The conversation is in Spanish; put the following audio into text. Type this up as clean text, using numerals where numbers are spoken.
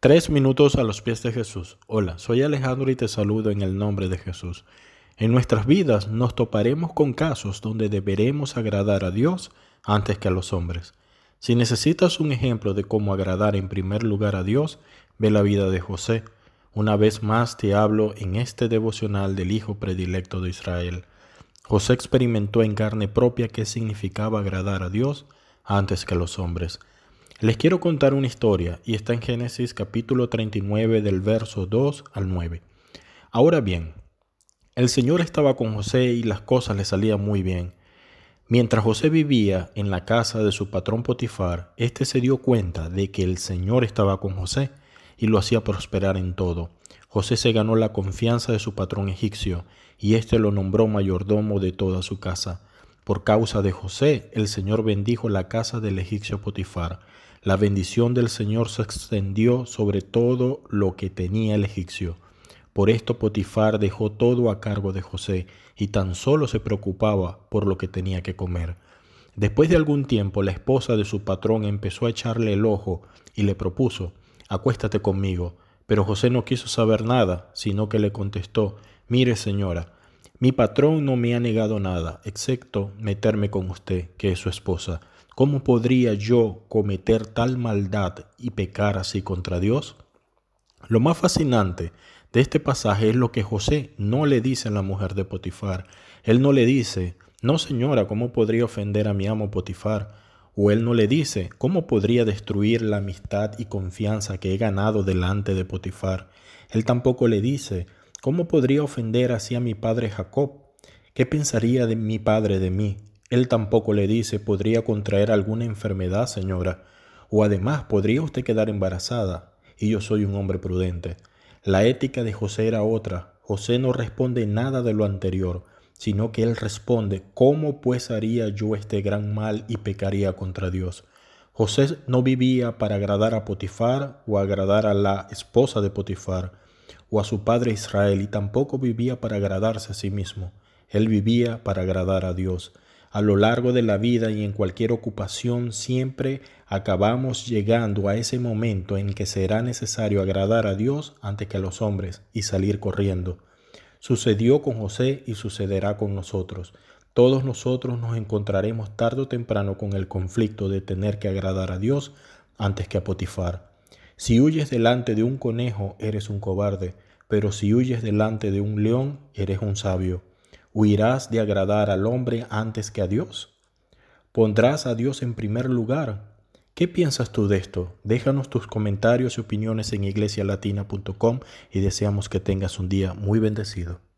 3 minutos a los pies de Jesús. Hola, soy Alejandro y te saludo en el nombre de Jesús. En nuestras vidas nos toparemos con casos donde deberemos agradar a Dios antes que a los hombres. Si necesitas un ejemplo de cómo agradar en primer lugar a Dios, ve la vida de José. Una vez más te hablo en este devocional del Hijo predilecto de Israel. José experimentó en carne propia qué significaba agradar a Dios antes que a los hombres. Les quiero contar una historia y está en Génesis capítulo 39 del verso 2 al 9. Ahora bien, el Señor estaba con José y las cosas le salían muy bien. Mientras José vivía en la casa de su patrón Potifar, éste se dio cuenta de que el Señor estaba con José y lo hacía prosperar en todo. José se ganó la confianza de su patrón egipcio y éste lo nombró mayordomo de toda su casa. Por causa de José, el Señor bendijo la casa del egipcio Potifar. La bendición del Señor se extendió sobre todo lo que tenía el egipcio. Por esto Potifar dejó todo a cargo de José y tan solo se preocupaba por lo que tenía que comer. Después de algún tiempo, la esposa de su patrón empezó a echarle el ojo y le propuso: «Acuéstate conmigo». Pero José no quiso saber nada, sino que le contestó: «Mire, señora, mi patrón no me ha negado nada, excepto meterme con usted, que es su esposa. ¿Cómo podría yo cometer tal maldad y pecar así contra Dios?». Lo más fascinante de este pasaje es lo que José no le dice a la mujer de Potifar. Él no le dice: «No, señora, ¿cómo podría ofender a mi amo Potifar?». O él no le dice: «¿Cómo podría destruir la amistad y confianza que he ganado delante de Potifar?». Él tampoco le dice: «¿Cómo podría ofender así a mi padre Jacob? ¿Qué pensaría de mi padre de mí?». Él tampoco le dice: «¿Podría contraer alguna enfermedad, señora? O además, ¿podría usted quedar embarazada? Y yo soy un hombre prudente». La ética de José era otra. José no responde nada de lo anterior, sino que él responde: «¿Cómo pues haría yo este gran mal y pecaría contra Dios?». José no vivía para agradar a Potifar o agradar a la esposa de Potifar o a su padre Israel, y tampoco vivía para agradarse a sí mismo. Él vivía para agradar a Dios. A lo largo de la vida y en cualquier ocupación siempre acabamos llegando a ese momento en que será necesario agradar a Dios antes que a los hombres y salir corriendo. Sucedió con José y sucederá con nosotros. Todos nosotros nos encontraremos tarde o temprano con el conflicto de tener que agradar a Dios antes que a Potifar. Si huyes delante de un conejo, eres un cobarde, pero si huyes delante de un león, eres un sabio. ¿Huirás de agradar al hombre antes que a Dios? ¿Pondrás a Dios en primer lugar? ¿Qué piensas tú de esto? Déjanos tus comentarios y opiniones en iglesialatina.com y deseamos que tengas un día muy bendecido.